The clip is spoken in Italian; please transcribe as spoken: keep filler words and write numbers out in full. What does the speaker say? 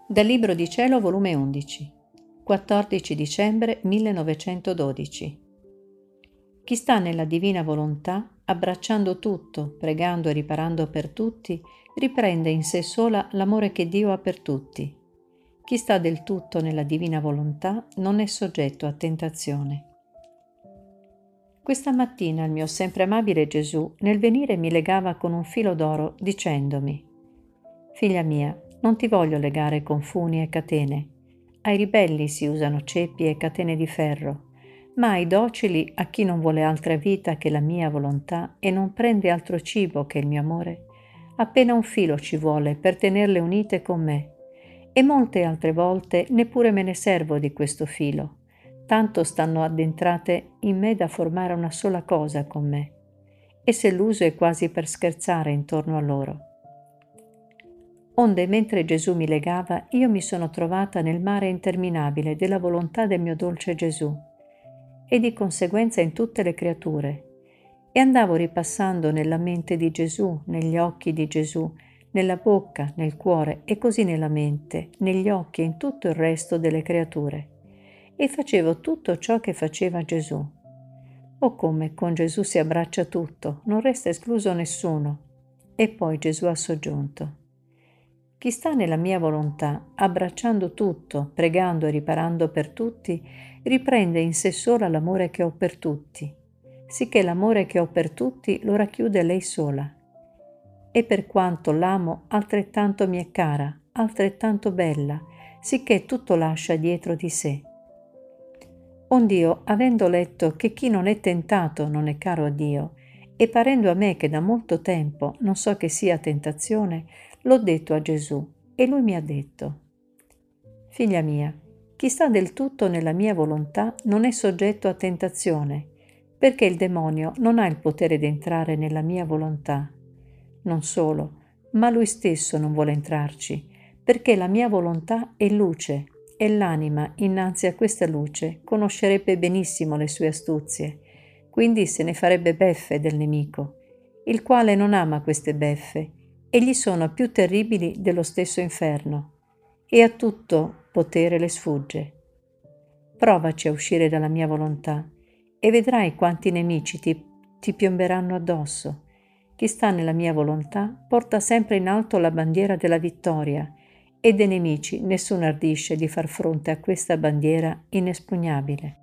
Dal Libro di Cielo, volume undici, quattordici dicembre millenovecentododici. Chi sta nella divina volontà, abbracciando tutto, pregando e riparando per tutti, riprende in sé sola l'amore che Dio ha per tutti. Chi sta del tutto nella divina volontà non è soggetto a tentazione. Questa mattina il mio sempre amabile Gesù nel venire mi legava con un filo d'oro dicendomi: «Figlia mia, non ti voglio legare con funi e catene. Ai ribelli si usano ceppi e catene di ferro, ma ai docili, a chi non vuole altra vita che la mia volontà e non prende altro cibo che il mio amore, appena un filo ci vuole per tenerle unite con me, e molte altre volte neppure me ne servo di questo filo, tanto stanno addentrate in me da formare una sola cosa con me, e se l'uso è quasi per scherzare intorno a loro». Onde, mentre Gesù mi legava, io mi sono trovata nel mare interminabile della volontà del mio dolce Gesù, e di conseguenza in tutte le creature, e andavo ripassando nella mente di Gesù, negli occhi di Gesù, nella bocca, nel cuore e così nella mente, negli occhi e in tutto il resto delle creature, e facevo tutto ciò che faceva Gesù. O come con Gesù si abbraccia tutto, non resta escluso nessuno. E poi Gesù ha soggiunto: «Chi sta nella mia volontà, abbracciando tutto, pregando e riparando per tutti, riprende in sé sola l'amore che ho per tutti, sicché l'amore che ho per tutti lo racchiude lei sola. E per quanto l'amo, altrettanto mi è cara, altrettanto bella, sicché tutto lascia dietro di sé. Ond'io, avendo letto che chi non è tentato non è caro a Dio, e parendo a me che da molto tempo non so che sia tentazione, l'ho detto a Gesù, e lui mi ha detto: «Figlia mia, chi sta del tutto nella mia volontà non è soggetto a tentazione, perché il demonio non ha il potere di entrare nella mia volontà. Non solo, ma lui stesso non vuole entrarci, perché la mia volontà è luce, e l'anima, innanzi a questa luce, conoscerebbe benissimo le sue astuzie, quindi se ne farebbe beffe del nemico, il quale non ama queste beffe, e gli sono più terribili dello stesso inferno, e a tutto potere le sfugge. Provaci a uscire dalla mia volontà, e vedrai quanti nemici ti, ti piomberanno addosso. Chi sta nella mia volontà porta sempre in alto la bandiera della vittoria, e dei nemici nessuno ardisce di far fronte a questa bandiera inespugnabile».